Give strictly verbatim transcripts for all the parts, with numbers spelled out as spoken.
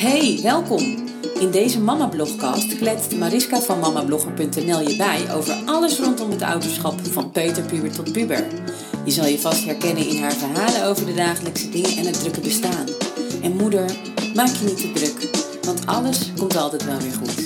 Hey, welkom! In deze Mama-blogcast kletst Mariska van mamablogger punt n l je bij over alles rondom het ouderschap van peuterpuber tot puber. Je zal je vast herkennen in haar verhalen over de dagelijkse dingen en het drukke bestaan. En moeder, maak je niet te druk, want alles komt altijd wel weer goed.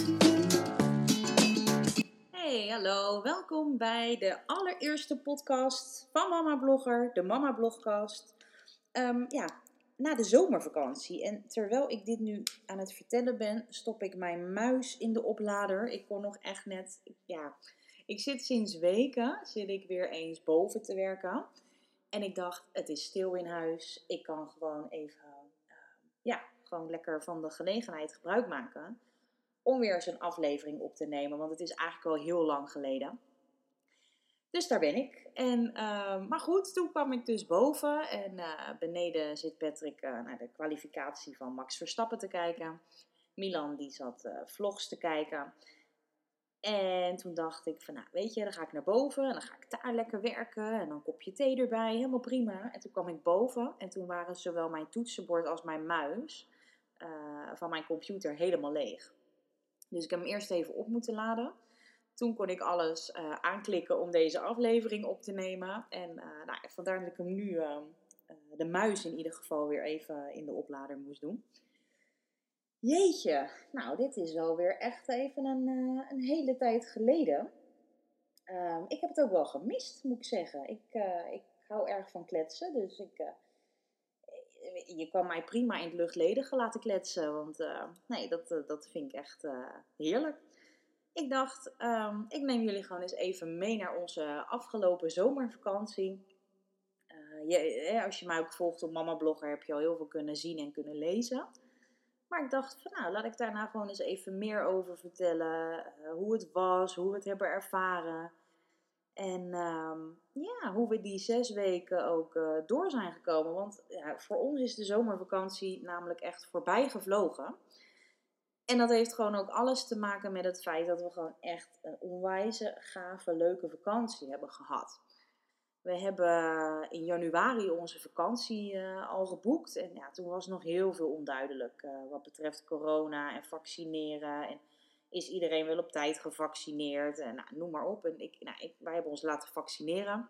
Hey, hallo. Welkom bij de allereerste podcast van Mama-blogger, de Mama-blogcast. Um, ja, na de zomervakantie. En terwijl ik dit nu aan het vertellen ben, stop ik mijn muis in de oplader. Ik kon nog echt net, ja, ik zit sinds weken, zit ik weer eens boven te werken. En ik dacht, het is stil in huis. Ik kan gewoon even, uh, ja, gewoon lekker van de gelegenheid gebruik maken om weer eens een aflevering op te nemen. Want het is eigenlijk al heel lang geleden. Dus daar ben ik. En, uh, maar goed, toen kwam ik dus boven. En uh, beneden zit Patrick uh, naar de kwalificatie van Max Verstappen te kijken. Milan die zat uh, vlogs te kijken. En toen dacht ik van, nou weet je, dan ga ik naar boven. En dan ga ik daar lekker werken. En dan een kopje thee erbij. Helemaal prima. En toen kwam ik boven. En toen waren zowel mijn toetsenbord als mijn muis uh, van mijn computer helemaal leeg. Dus ik heb hem eerst even op moeten laden. Toen kon ik alles uh, aanklikken om deze aflevering op te nemen. En uh, nou, vandaar dat ik hem nu, uh, uh, de muis in ieder geval, weer even in de oplader moest doen. Jeetje, nou dit is wel weer echt even een, uh, een hele tijd geleden. Uh, ik heb het ook wel gemist, moet ik zeggen. Ik, uh, ik hou erg van kletsen, dus ik... Uh, Je kan mij prima in het luchtledige laten kletsen, want uh, nee, dat, uh, dat vind ik echt uh, heerlijk. Ik dacht, um, ik neem jullie gewoon eens even mee naar onze afgelopen zomervakantie. Uh, je, als je mij ook volgt op Mama-blogger heb je al heel veel kunnen zien en kunnen lezen. Maar ik dacht van nou, laat ik daar nou gewoon eens even meer over vertellen. Uh, hoe het was, hoe we het hebben ervaren. En um, ja, hoe we die zes weken ook uh, door zijn gekomen. Want ja, voor ons is de zomervakantie namelijk echt voorbij gevlogen. En dat heeft gewoon ook alles te maken met het feit dat we gewoon echt een onwijze, gave, leuke vakantie hebben gehad. We hebben in januari onze vakantie uh, al geboekt. En ja, toen was nog heel veel onduidelijk uh, wat betreft corona en vaccineren. En is iedereen wel op tijd gevaccineerd? En nou, noem maar op. En ik, nou, ik, wij hebben ons laten vaccineren.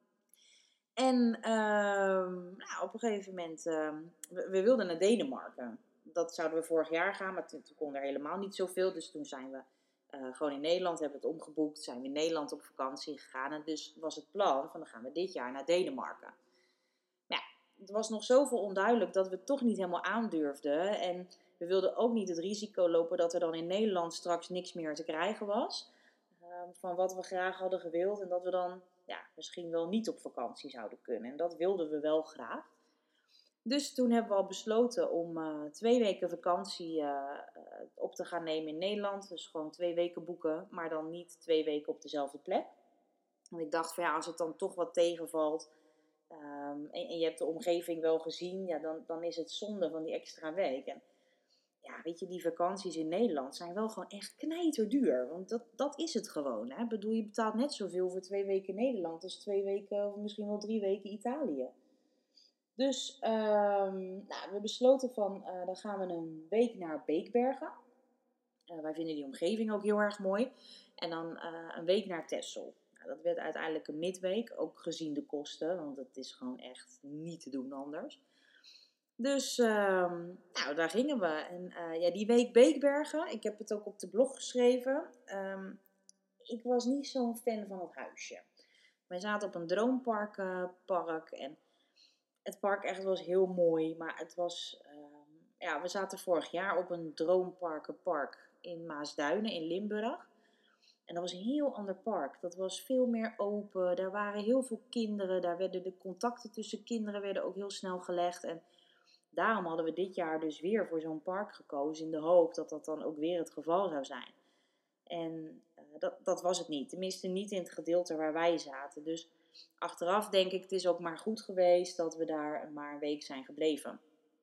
En uh, nou, op een gegeven moment, uh, we, we wilden naar Denemarken. Dat zouden we vorig jaar gaan, maar toen, toen kon er helemaal niet zoveel. Dus toen zijn we uh, gewoon in Nederland, hebben we het omgeboekt. Zijn we in Nederland op vakantie gegaan. En dus was het plan van dan gaan we dit jaar naar Denemarken. Nou, het was nog zoveel onduidelijk dat we het toch niet helemaal aandurfden. En we wilden ook niet het risico lopen dat er dan in Nederland straks niks meer te krijgen was. Uh, van wat we graag hadden gewild. En dat we dan ja, misschien wel niet op vakantie zouden kunnen. En dat wilden we wel graag. Dus toen hebben we al besloten om uh, twee weken vakantie uh, uh, op te gaan nemen in Nederland. Dus gewoon twee weken boeken, maar dan niet twee weken op dezelfde plek. Want ik dacht van ja, als het dan toch wat tegenvalt um, en, en je hebt de omgeving wel gezien, ja, dan, dan is het zonde van die extra week. En ja, weet je, die vakanties in Nederland zijn wel gewoon echt knijterduur. Want dat, dat is het gewoon. Hè? Ik bedoel, je betaalt net zoveel voor twee weken Nederland als twee weken of misschien wel drie weken Italië. Dus um, nou, we besloten van, uh, dan gaan we een week naar Beekbergen. Uh, wij vinden die omgeving ook heel erg mooi. En dan uh, een week naar Texel. Nou, dat werd uiteindelijk een midweek, ook gezien de kosten. Want het is gewoon echt niet te doen anders. Dus um, nou, daar gingen we. En uh, ja, die week Beekbergen, ik heb het ook op de blog geschreven. Um, ik was niet zo'n fan van het huisje. Wij zaten op een droompark uh, park en het park echt was heel mooi, maar het was, uh, ja, we zaten vorig jaar op een droomparkenpark in Maasduinen in Limburg. En dat was een heel ander park. Dat was veel meer open. Daar waren heel veel kinderen. Daar werden de contacten tussen kinderen werden ook heel snel gelegd. En daarom hadden we dit jaar dus weer voor zo'n park gekozen in de hoop dat dat dan ook weer het geval zou zijn. En uh, dat, dat was het niet. Tenminste niet in het gedeelte waar wij zaten. Dus achteraf denk ik, het is ook maar goed geweest dat we daar maar een week zijn gebleven.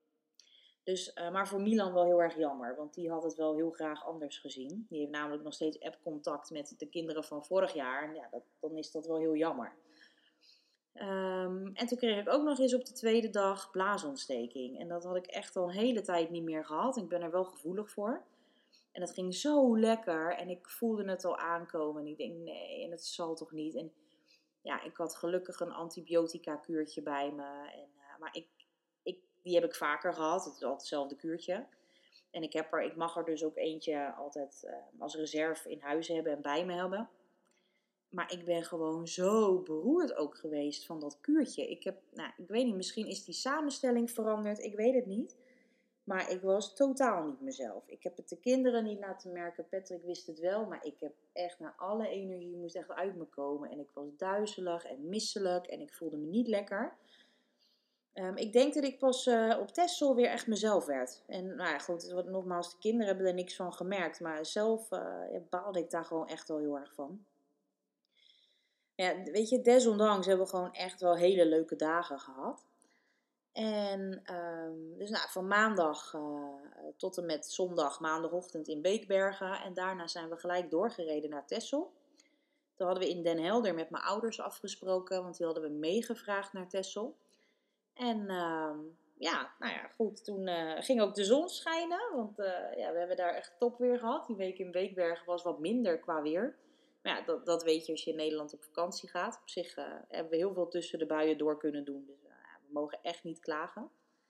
Dus, uh, maar voor Milan wel heel erg jammer, want die had het wel heel graag anders gezien. Die heeft namelijk nog steeds appcontact met de kinderen van vorig jaar. En ja, dat, dan is dat wel heel jammer. Um, en toen kreeg ik ook nog eens op de tweede dag blaasontsteking. En dat had ik echt al een hele tijd niet meer gehad. Ik ben er wel gevoelig voor. En dat ging zo lekker. En ik voelde het al aankomen. En ik denk, nee, en het zal toch niet. En ja, ik had gelukkig een antibiotica kuurtje bij me. En, uh, maar ik, ik, die heb ik vaker gehad. Het is altijd hetzelfde kuurtje. En ik, heb er, ik mag er dus ook eentje altijd uh, als reserve in huis hebben en bij me hebben. Maar ik ben gewoon zo beroerd ook geweest van dat kuurtje. Ik heb, nou, ik weet niet, misschien is die samenstelling veranderd. Ik weet het niet. Maar ik was totaal niet mezelf. Ik heb het de kinderen niet laten merken. Patrick wist het wel. Maar ik heb echt naar alle energie moest echt uit me komen. En ik was duizelig en misselijk. En ik voelde me niet lekker. Um, ik denk dat ik pas uh, op Texel weer echt mezelf werd. En nou ja, goed, wat, nogmaals, de kinderen hebben er niks van gemerkt. Maar zelf uh, baalde ik daar gewoon echt wel heel erg van. Ja, weet je, desondanks hebben we gewoon echt wel hele leuke dagen gehad. En um, dus nou, van maandag uh, tot en met zondag, maandagochtend in Beekbergen. En daarna zijn we gelijk doorgereden naar Texel. Toen hadden we in Den Helder met mijn ouders afgesproken, want die hadden we meegevraagd naar Texel. En uh, ja, nou ja, goed, toen uh, ging ook de zon schijnen, want uh, ja, we hebben daar echt top weer gehad. Die week in Beekbergen was wat minder qua weer. Maar ja, dat, dat weet je als je in Nederland op vakantie gaat. Op zich uh, hebben we heel veel tussen de buien door kunnen doen, dus uh, we mogen echt niet klagen.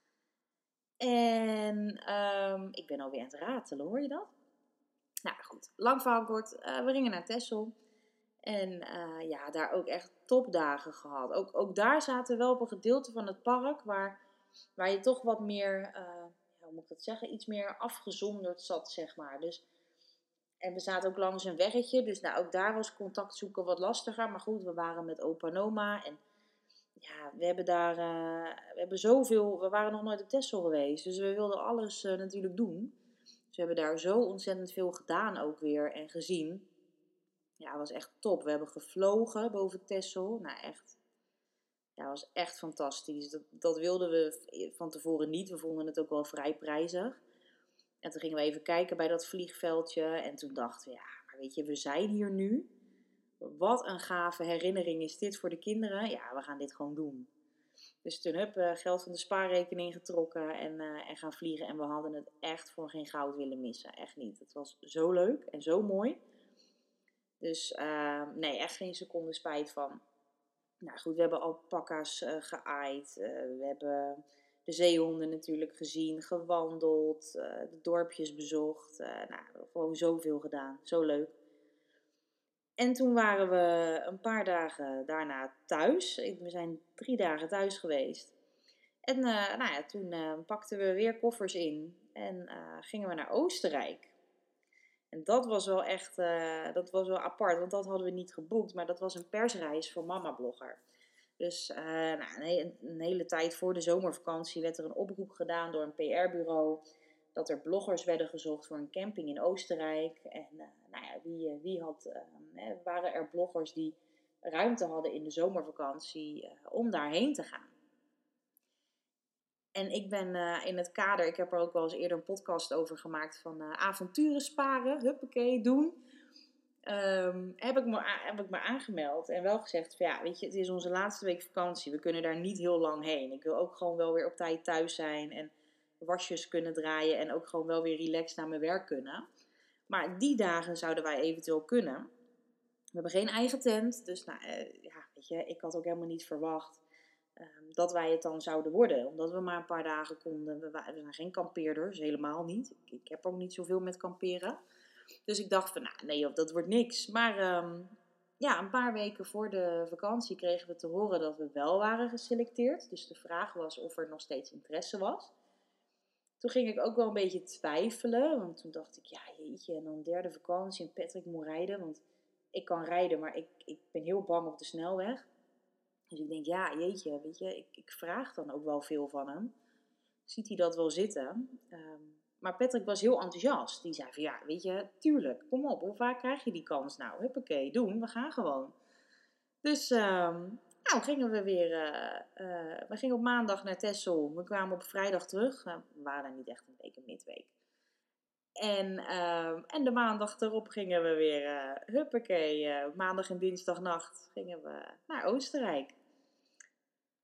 En um, ik ben alweer aan het ratelen, hoor je dat? Nou goed, lang verhaal kort, uh, we gingen naar Texel. En uh, ja, daar ook echt topdagen gehad. Ook, ook daar zaten we wel op een gedeelte van het park waar, waar je toch wat meer, uh, ja, hoe moet ik dat zeggen, iets meer afgezonderd zat, zeg maar. Dus, en we zaten ook langs een weggetje, dus nou, ook daar was contact zoeken wat lastiger. Maar goed, we waren met opa en oma en ja, we hebben daar, uh, we hebben zoveel, we waren nog nooit op Texel geweest. Dus we wilden alles uh, natuurlijk doen. Dus we hebben daar zo ontzettend veel gedaan ook weer en gezien. Ja, het was echt top. We hebben gevlogen boven Texel. Nou, echt. Ja, het was echt fantastisch. Dat, dat wilden we van tevoren niet. We vonden het ook wel vrij prijzig. En toen gingen we even kijken bij dat vliegveldje. En toen dachten we, ja, maar weet je, we zijn hier nu. Wat een gave herinnering is dit voor de kinderen. Ja, we gaan dit gewoon doen. Dus toen heb we geld van de spaarrekening getrokken en, uh, en gaan vliegen. En we hadden het echt voor geen goud willen missen. Echt niet. Het was zo leuk en zo mooi. Dus uh, nee, echt geen seconde spijt van. Nou goed, we hebben alpaca's uh, geaaid. Uh, we hebben de zeehonden natuurlijk gezien, gewandeld, uh, de dorpjes bezocht. Uh, nou, we hebben gewoon zoveel gedaan. Zo leuk. En toen waren we een paar dagen daarna thuis. We zijn drie dagen thuis geweest. En uh, nou ja, toen uh, pakten we weer koffers in en uh, gingen we naar Oostenrijk. En dat was wel echt, uh, dat was wel apart, want dat hadden we niet geboekt. Maar dat was een persreis voor Mama Blogger. Dus uh, nou, een, een hele tijd voor de zomervakantie werd er een oproep gedaan door een P R-bureau. Dat er bloggers werden gezocht voor een camping in Oostenrijk. En uh, nou ja, wie, wie had, uh, waren er bloggers die ruimte hadden in de zomervakantie uh, om daarheen te gaan. En ik ben uh, in het kader, ik heb er ook wel eens eerder een podcast over gemaakt van uh, avonturen sparen, huppakee, doen. Um, heb, ik me, heb ik me aangemeld en wel gezegd van ja, weet je, het is onze laatste week vakantie. We kunnen daar niet heel lang heen. Ik wil ook gewoon wel weer op tijd thuis zijn en wasjes kunnen draaien en ook gewoon wel weer relaxed naar mijn werk kunnen. Maar die dagen zouden wij eventueel kunnen. We hebben geen eigen tent, dus nou, uh, ja, weet je, ik had ook helemaal niet verwacht Um, dat wij het dan zouden worden. Omdat we maar een paar dagen konden. We, we zijn geen kampeerders, helemaal niet. Ik, ik heb ook niet zoveel met kamperen. Dus ik dacht van, nou nee, dat wordt niks. Maar um, ja, een paar weken voor de vakantie kregen we te horen dat we wel waren geselecteerd. Dus de vraag was of er nog steeds interesse was. Toen ging ik ook wel een beetje twijfelen. Want toen dacht ik, ja jeetje, en dan derde vakantie en Patrick moet rijden. Want ik kan rijden, maar ik, ik ben heel bang op de snelweg. Dus ik denk, ja, jeetje, weet je, ik, ik vraag dan ook wel veel van hem. Ziet hij dat wel zitten? Um, maar Patrick was heel enthousiast. Die zei van, ja, weet je, tuurlijk, kom op. Hoe vaak krijg je die kans nou? Huppakee, doen, we gaan gewoon. Dus, um, nou, gingen we weer, uh, uh, we gingen op maandag naar Texel. We kwamen op vrijdag terug. Uh, we waren daar niet echt een week, een midweek. En, um, en de maandag erop gingen we weer, uh, huppakee, uh, maandag en dinsdagnacht gingen we naar Oostenrijk.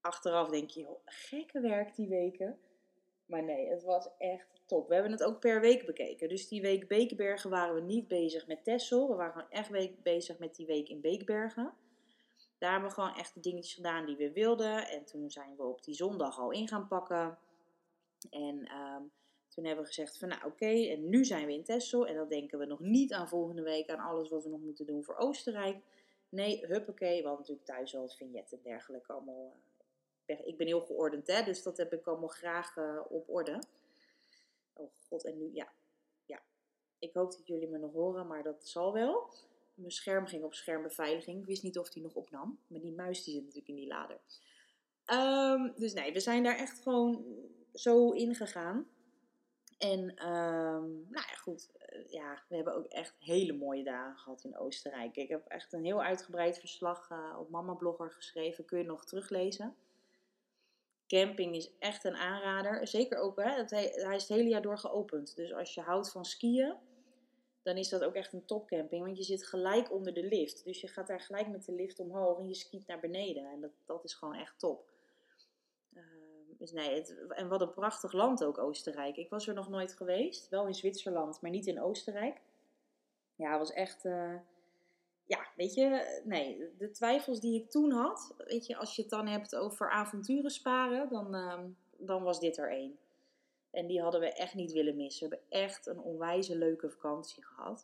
achteraf denk je, joh, gekke werk die weken. Maar nee, het was echt top. We hebben het ook per week bekeken. Dus die week Beekbergen waren we niet bezig met Texel. We waren gewoon echt week bezig met die week in Beekbergen. Daar hebben we gewoon echt de dingetjes gedaan die we wilden. En toen zijn we op die zondag al in gaan pakken. En um, toen hebben we gezegd van nou oké, okay, en nu zijn we in Texel. En dan denken we nog niet aan volgende week aan alles wat we nog moeten doen voor Oostenrijk. Nee, huppakee. We hadden natuurlijk thuis al het vignet en dergelijke allemaal. Uh, ik ben heel geordend, hè, dus dat heb ik allemaal graag uh, op orde. Oh god, en nu, ja, ja. Ik hoop dat jullie me nog horen, maar dat zal wel. Mijn scherm ging op schermbeveiliging. Ik wist niet of die nog opnam. Maar die muis die zit natuurlijk in die lader. Um, dus nee, we zijn daar echt gewoon zo in gegaan. En um, nou ja, goed. Uh, ja, we hebben ook echt hele mooie dagen gehad in Oostenrijk. Ik heb echt een heel uitgebreid verslag uh, op Mama Blogger geschreven. Kun je nog teruglezen. Camping is echt een aanrader. Zeker ook, hè, het, hij is het hele jaar door geopend. Dus als je houdt van skiën, dan is dat ook echt een topcamping. Want je zit gelijk onder de lift. Dus je gaat daar gelijk met de lift omhoog en je skiet naar beneden. En dat, dat is gewoon echt top. Uh, dus nee, het, en wat een prachtig land ook, Oostenrijk. Ik was er nog nooit geweest. Wel in Zwitserland, maar niet in Oostenrijk. Ja, het was echt... Uh, ja, weet je, nee, de twijfels die ik toen had, weet je, als je het dan hebt over avonturen sparen, dan, uh, dan was dit er één. En die hadden we echt niet willen missen. We hebben echt een onwijze leuke vakantie gehad.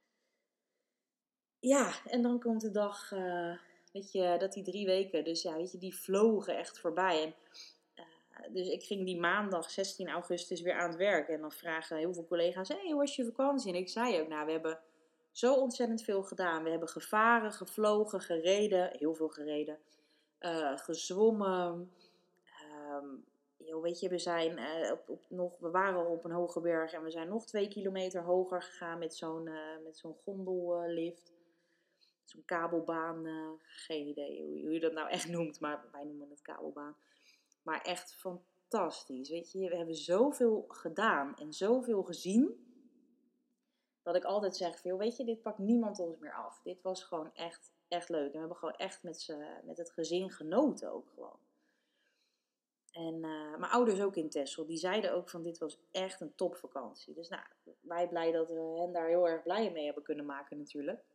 Ja, en dan komt de dag, uh, weet je, dat die drie weken, dus ja, weet je, die vlogen echt voorbij. En, uh, dus ik ging die maandag zestien augustus weer aan het werk. En dan vragen heel veel collega's, hé, hey, hoe was je vakantie? En ik zei ook, nou, we hebben zo ontzettend veel gedaan. We hebben gevaren, gevlogen, gereden, heel veel gereden, uh, gezwommen. Um, joh, weet je, we zijn uh, op, op nog, we waren al op een hoge berg en we zijn nog twee kilometer hoger gegaan met zo'n, uh, met zo'n gondellift. Uh, zo'n kabelbaan, uh, geen idee hoe, hoe je dat nou echt noemt, maar wij noemen het kabelbaan. Maar echt fantastisch, weet je. We hebben zoveel gedaan en zoveel gezien, dat ik altijd zeg, veel, weet je, dit pakt niemand ons meer af. Dit was gewoon echt, echt leuk. En we hebben gewoon echt met, z'n, met het gezin genoten ook gewoon. En uh, mijn ouders ook in Texel, die zeiden ook van dit was echt een topvakantie. Dus nou, wij blij dat we hen daar heel erg blij mee hebben kunnen maken natuurlijk.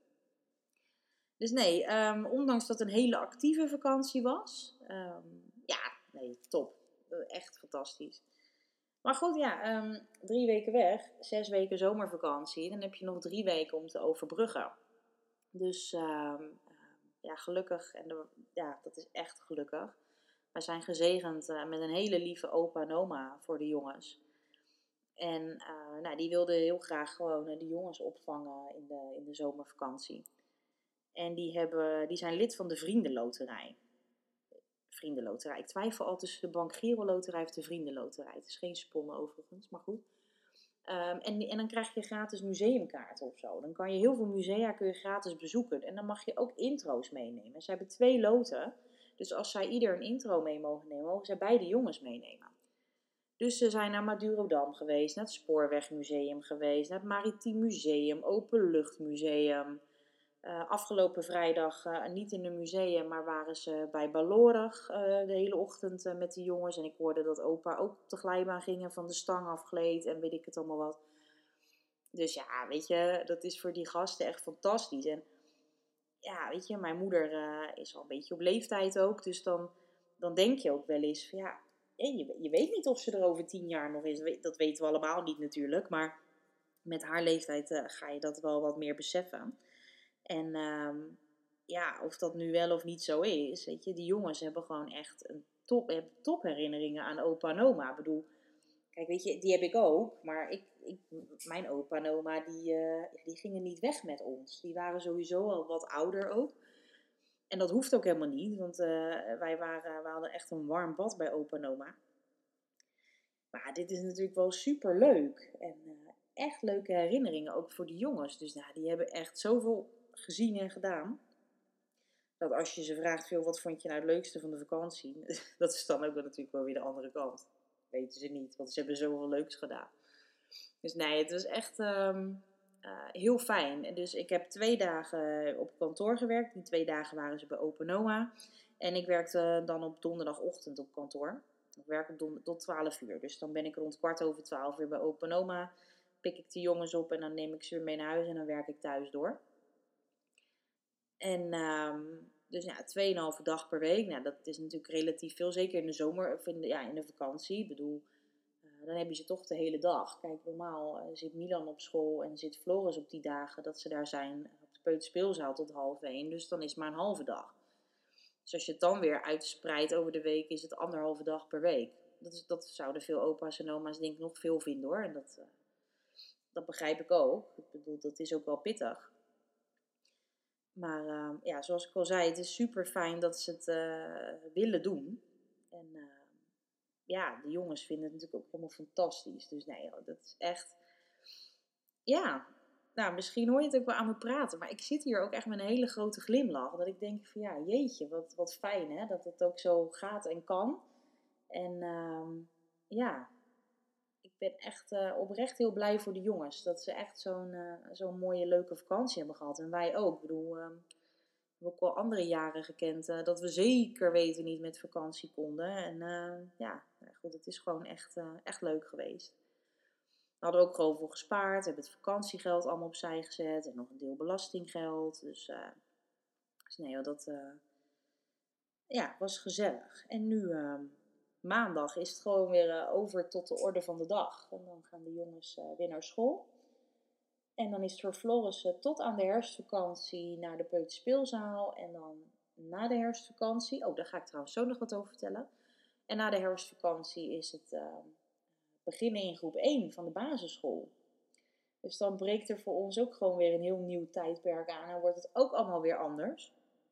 Dus nee, um, ondanks dat het een hele actieve vakantie was, um, ja, nee, top. Echt fantastisch. Maar goed, ja, um, drie weken weg, zes weken zomervakantie. Dan heb je nog drie weken om te overbruggen. Dus um, ja, gelukkig, en de, ja, dat is echt gelukkig. Wij zijn gezegend uh, met een hele lieve opa en oma voor de jongens. En uh, nou, die wilden heel graag gewoon uh, de jongens opvangen in de, in de zomervakantie. En die, hebben, die zijn lid van de Vriendenloterij. Vriendenloterij. Ik twijfel al tussen de Bank Giro Loterij of de Vriendenloterij. Het is geen spon overigens, maar goed. Um, en, en dan krijg je gratis museumkaarten of zo. Dan kan je heel veel musea kun je gratis bezoeken. En dan mag je ook intro's meenemen. Ze hebben twee loten. Dus als zij ieder een intro mee mogen nemen, mogen zij beide jongens meenemen. Dus ze zijn naar Madurodam geweest, naar het Spoorwegmuseum geweest, naar het Maritiem Museum, Openluchtmuseum. Uh, afgelopen vrijdag uh, niet in een museum, maar waren ze bij Balorg uh, de hele ochtend uh, met de jongens. En ik hoorde dat opa ook op de glijbaan ging en van de stang afgleed en weet ik het allemaal wat. Dus ja, weet je, dat is voor die gasten echt fantastisch. En ja, weet je, mijn moeder uh, is al een beetje op leeftijd ook. Dus dan, dan denk je ook wel eens van ja, je, je weet niet of ze er over tien jaar nog is. Dat weten we allemaal niet natuurlijk. Maar met haar leeftijd uh, ga je dat wel wat meer beseffen. En um, ja, of dat nu wel of niet zo is, weet je, die jongens hebben gewoon echt een top, hebben top herinneringen aan opa en oma. Ik bedoel, kijk, weet je, die heb ik ook, maar ik, ik, mijn opa en oma, die, uh, die gingen niet weg met ons. Die waren sowieso al wat ouder ook. En dat hoeft ook helemaal niet, want uh, wij, waren, wij hadden echt een warm bad bij opa en oma. Maar dit is natuurlijk wel super leuk. En uh, echt leuke herinneringen, ook voor de jongens. Dus nou, die hebben echt zoveel gezien en gedaan. Dat als je ze vraagt, veel, wat vond je nou het leukste van de vakantie? Dat is dan ook natuurlijk wel weer de andere kant. Weten ze niet, want ze hebben zoveel leuks gedaan. Dus nee, het was echt, um, uh, heel fijn. En dus ik heb twee dagen op kantoor gewerkt. Die twee dagen waren ze bij Open Oma. En ik werkte dan op donderdagochtend op kantoor. Ik werk op donder- tot twaalf uur. Dus dan ben ik rond kwart over twaalf weer bij Open Oma. Pik ik de jongens op en dan neem ik ze weer mee naar huis en dan werk ik thuis door. En um, dus ja, twee komma vijf dag per week. Nou, dat is natuurlijk relatief veel. Zeker in de zomer of in de, ja, in de vakantie. Ik bedoel, uh, dan heb je ze toch de hele dag. Kijk, normaal uh, zit Milan op school en zit Floris op die dagen dat ze daar zijn op de peuterspeelzaal tot half één. Dus dan is het maar een halve dag. Dus als je het dan weer uitspreidt over de week, is het anderhalve dag per week. Dat, is, dat zouden veel opa's en oma's denk ik nog veel vinden hoor. En dat, uh, dat begrijp ik ook. Ik bedoel, dat is ook wel pittig. Maar uh, ja, zoals ik al zei, het is super fijn dat ze het uh, willen doen. En uh, ja, de jongens vinden het natuurlijk ook helemaal fantastisch. Dus nee, dat is echt... Ja, nou, misschien hoor je het ook wel aan me praten. Maar ik zit hier ook echt met een hele grote glimlach. Dat ik denk van ja, jeetje, wat, wat fijn hè. Dat het ook zo gaat en kan. En uh, ja, ik ben echt uh, oprecht heel blij voor de jongens. Dat ze echt zo'n, uh, zo'n mooie, leuke vakantie hebben gehad. En wij ook. Ik bedoel... Uh, We hebben ook wel andere jaren gekend uh, dat we zeker weten niet met vakantie konden. En uh, ja, nou goed, het is gewoon echt, uh, echt leuk geweest. We hadden ook gewoon voor gespaard. We hebben het vakantiegeld allemaal opzij gezet. En nog een deel belastinggeld. Dus, uh, dus nee, dat uh, ja, was gezellig. En nu, uh, maandag, is het gewoon weer uh, over tot de orde van de dag. En dan gaan de jongens uh, weer naar school. En dan is het voor Floris uh, tot aan de herfstvakantie naar de peuterspeelzaal. En dan na de herfstvakantie... Oh, daar ga ik trouwens zo nog wat over vertellen. En na de herfstvakantie is het uh, beginnen in groep één van de basisschool. Dus dan breekt er voor ons ook gewoon weer een heel nieuw tijdperk aan. En wordt het ook allemaal weer anders.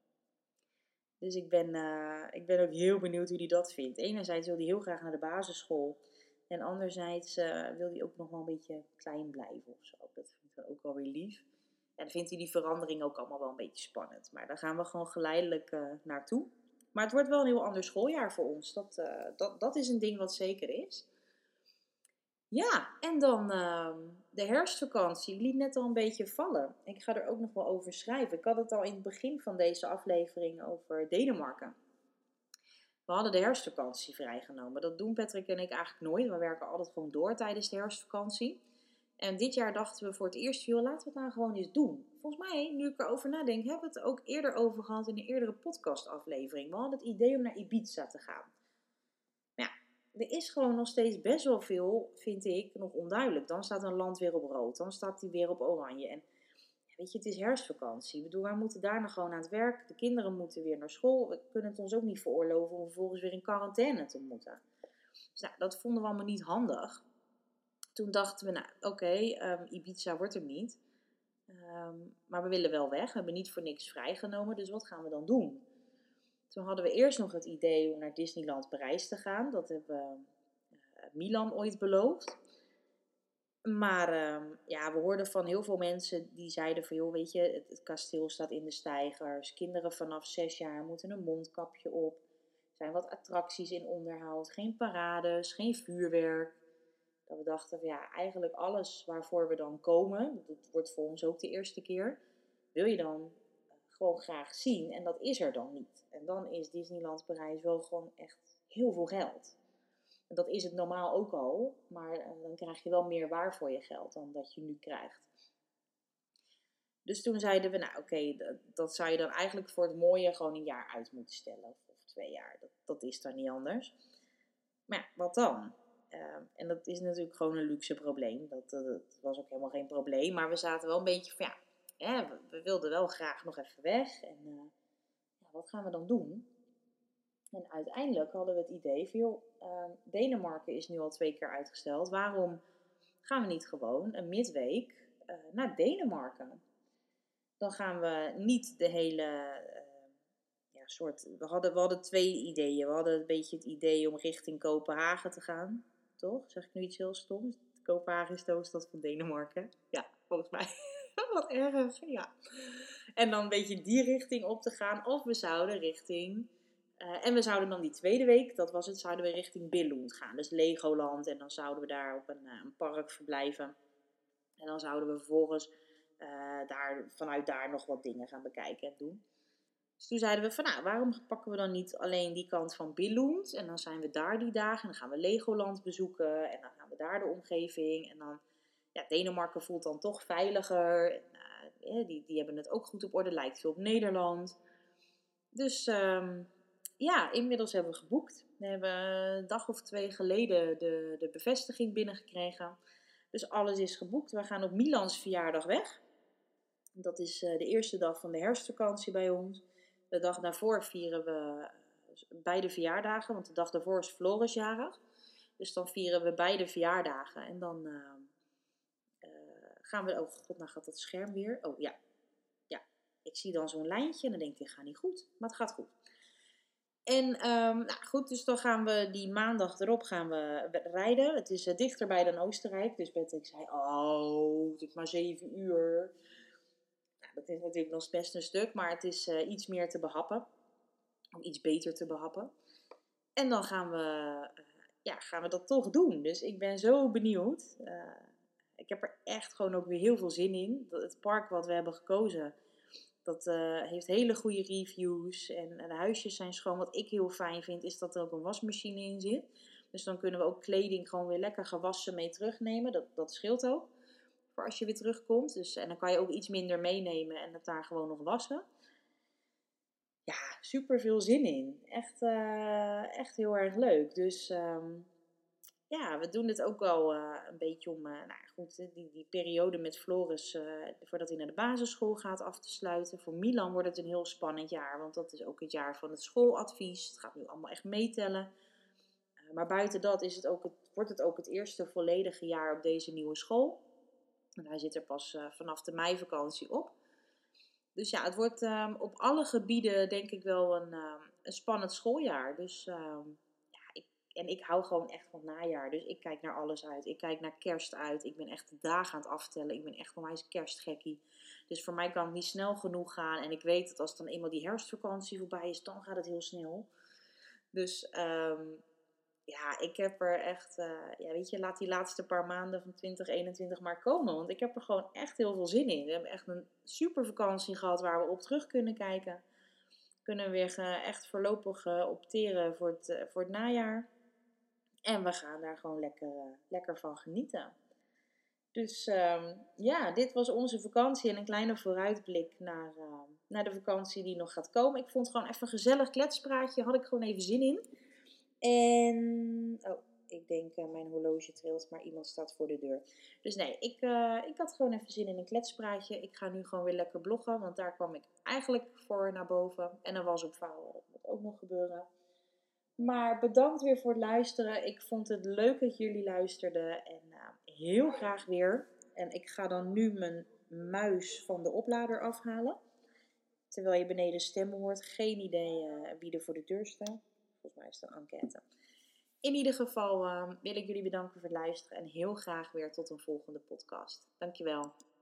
Dus ik ben, uh, ik ben ook heel benieuwd hoe hij dat vindt. Enerzijds wil hij heel graag naar de basisschool. En anderzijds uh, wil hij ook nog wel een beetje klein blijven of zo. Dat vind ik dan ook wel weer lief. En dan vindt hij die verandering ook allemaal wel een beetje spannend. Maar daar gaan we gewoon geleidelijk uh, naartoe. Maar het wordt wel een heel ander schooljaar voor ons. Dat, uh, dat, dat is een ding wat zeker is. Ja, en dan uh, de herfstvakantie. Ik liet net al een beetje vallen. Ik ga er ook nog wel over schrijven. Ik had het al in het begin van deze aflevering over Denemarken. We hadden de herfstvakantie vrijgenomen. Dat doen Patrick en ik eigenlijk nooit. We werken altijd gewoon door tijdens de herfstvakantie. En dit jaar dachten we voor het eerst, joh, laten we het nou gewoon eens doen. Volgens mij, nu ik erover nadenk, hebben we het ook eerder over gehad in een eerdere podcastaflevering. We hadden het idee om naar Ibiza te gaan. Maar ja, er is gewoon nog steeds best wel veel, vind ik, nog onduidelijk. Dan staat een land weer op rood, dan staat die weer op oranje. En weet je, het is herfstvakantie. Ik bedoel, wij moeten daarna gewoon aan het werk. De kinderen moeten weer naar school. We kunnen het ons ook niet veroorloven om vervolgens weer in quarantaine te moeten. Dus nou, dat vonden we allemaal niet handig. Toen dachten we, nou oké, okay, um, Ibiza wordt er niet. Um, maar we willen wel weg. We hebben niet voor niks vrijgenomen. Dus wat gaan we dan doen? Toen hadden we eerst nog het idee om naar Disneyland Parijs te gaan. Dat hebben uh, Milan ooit beloofd. Maar uh, ja, we hoorden van heel veel mensen die zeiden van, joh, weet je, het, het kasteel staat in de steigers. Kinderen vanaf zes jaar moeten een mondkapje op. Er zijn wat attracties in onderhoud. Geen parades, geen vuurwerk. Dat we dachten van, ja, eigenlijk alles waarvoor we dan komen, dat wordt voor ons ook de eerste keer, wil je dan gewoon graag zien. En dat is er dan niet. En dan is Disneyland Parijs wel gewoon echt heel veel geld. En dat is het normaal ook al, maar uh, dan krijg je wel meer waar voor je geld dan dat je nu krijgt. Dus toen zeiden we, nou oké, okay, dat, dat zou je dan eigenlijk voor het mooie gewoon een jaar uit moeten stellen. Of, of twee jaar, dat, dat is dan niet anders. Maar ja, wat dan? Uh, en dat is natuurlijk gewoon een luxe probleem. Dat, dat, dat was ook helemaal geen probleem. Maar we zaten wel een beetje van, ja, hè, we, we wilden wel graag nog even weg. En uh, ja, wat gaan we dan doen? En uiteindelijk hadden we het idee van, joh, uh, Denemarken is nu al twee keer uitgesteld. Waarom gaan we niet gewoon een midweek uh, naar Denemarken? Dan gaan we niet de hele uh, ja, soort... We hadden, we hadden twee ideeën. We hadden een beetje het idee om richting Kopenhagen te gaan. Toch? Zeg ik nu iets heel stoms? Kopenhagen is de hoofdstad van Denemarken. Ja, volgens mij. Wat erg, ja. En dan een beetje die richting op te gaan. Of we zouden richting... Uh, en we zouden dan die tweede week, dat was het, zouden we richting Billund gaan. Dus Legoland. En dan zouden we daar op een, uh, een park verblijven. En dan zouden we vervolgens uh, daar, vanuit daar nog wat dingen gaan bekijken en doen. Dus toen zeiden we van, nou, waarom pakken we dan niet alleen die kant van Billund? En dan zijn we daar die dagen en dan gaan we Legoland bezoeken. En dan gaan we daar de omgeving. En dan, ja, Denemarken voelt dan toch veiliger. En, uh, die, die hebben het ook goed op orde, lijkt veel op Nederland. Dus um, ja, inmiddels hebben we geboekt. We hebben een dag of twee geleden de, de bevestiging binnengekregen. Dus alles is geboekt. We gaan op Milans verjaardag weg. Dat is uh, de eerste dag van de herfstvakantie bij ons. De dag daarvoor vieren we beide verjaardagen. Want de dag daarvoor is Floris jarig. Dus dan vieren we beide verjaardagen. En dan uh, uh, gaan we... Oh god, nou gaat dat scherm weer. Oh ja. Ja. Ik zie dan zo'n lijntje. En dan denk ik, dit gaat niet goed. Maar het gaat goed. En um, nou goed, dus dan gaan we die maandag erop gaan we rijden. Het is uh, dichterbij dan Oostenrijk. Dus Patrick zei, oh, het is maar zeven uur. Nou, dat is natuurlijk nog best een stuk. Maar het is uh, iets meer te behappen. Of iets beter te behappen. En dan gaan we, uh, ja, gaan we dat toch doen. Dus ik ben zo benieuwd. Uh, ik heb er echt gewoon ook weer heel veel zin in. Het park wat we hebben gekozen... Dat uh, heeft hele goede reviews en, en de huisjes zijn schoon. Wat ik heel fijn vind is dat er ook een wasmachine in zit. Dus dan kunnen we ook kleding gewoon weer lekker gewassen mee terugnemen. Dat, dat scheelt ook voor als je weer terugkomt. Dus, en dan kan je ook iets minder meenemen en het daar gewoon nog wassen. Ja, super veel zin in. Echt, uh, echt heel erg leuk. Dus um, ja, we doen het ook wel uh, een beetje om, uh, nou goed, die, die periode met Floris, uh, voordat hij naar de basisschool gaat, af te sluiten. Voor Milan wordt het een heel spannend jaar, want dat is ook het jaar van het schooladvies. Het gaat nu allemaal echt meetellen. Uh, maar buiten dat is het ook het, wordt het ook het eerste volledige jaar op deze nieuwe school. En hij zit er pas uh, vanaf de meivakantie op. Dus ja, het wordt um, op alle gebieden denk ik wel een, um, een spannend schooljaar. Dus... Um, En ik hou gewoon echt van het najaar. Dus ik kijk naar alles uit. Ik kijk naar kerst uit. Ik ben echt de dagen aan het aftellen. Ik ben echt onwijs kerstgekkie. Dus voor mij kan het niet snel genoeg gaan. En ik weet dat als dan eenmaal die herfstvakantie voorbij is, dan gaat het heel snel. Dus um, ja, ik heb er echt... Uh, ja, weet je, laat die laatste paar maanden van twintig eenentwintig maar komen. Want ik heb er gewoon echt heel veel zin in. We hebben echt een super vakantie gehad waar we op terug kunnen kijken. Kunnen we weer uh, echt voorlopig uh, opteren voor het, uh, voor het najaar. En we gaan daar gewoon lekker, uh, lekker van genieten. Dus um, ja, dit was onze vakantie en een kleine vooruitblik naar, uh, naar de vakantie die nog gaat komen. Ik vond het gewoon even een gezellig kletspraatje. Had ik gewoon even zin in. En, oh, ik denk uh, mijn horloge trilt, maar iemand staat voor de deur. Dus nee, ik, uh, ik had gewoon even zin in een kletspraatje. Ik ga nu gewoon weer lekker bloggen, want daar kwam ik eigenlijk voor naar boven. En er was op vouwen, dat moet ook nog gebeuren. Maar bedankt weer voor het luisteren. Ik vond het leuk dat jullie luisterden. En uh, heel graag weer. En ik ga dan nu mijn muis van de oplader afhalen. Terwijl je beneden stemmen hoort. Geen idee uh, wie er voor de deur staat. Volgens mij is het een enquête. In ieder geval uh, wil ik jullie bedanken voor het luisteren. En heel graag weer tot een volgende podcast. Dankjewel.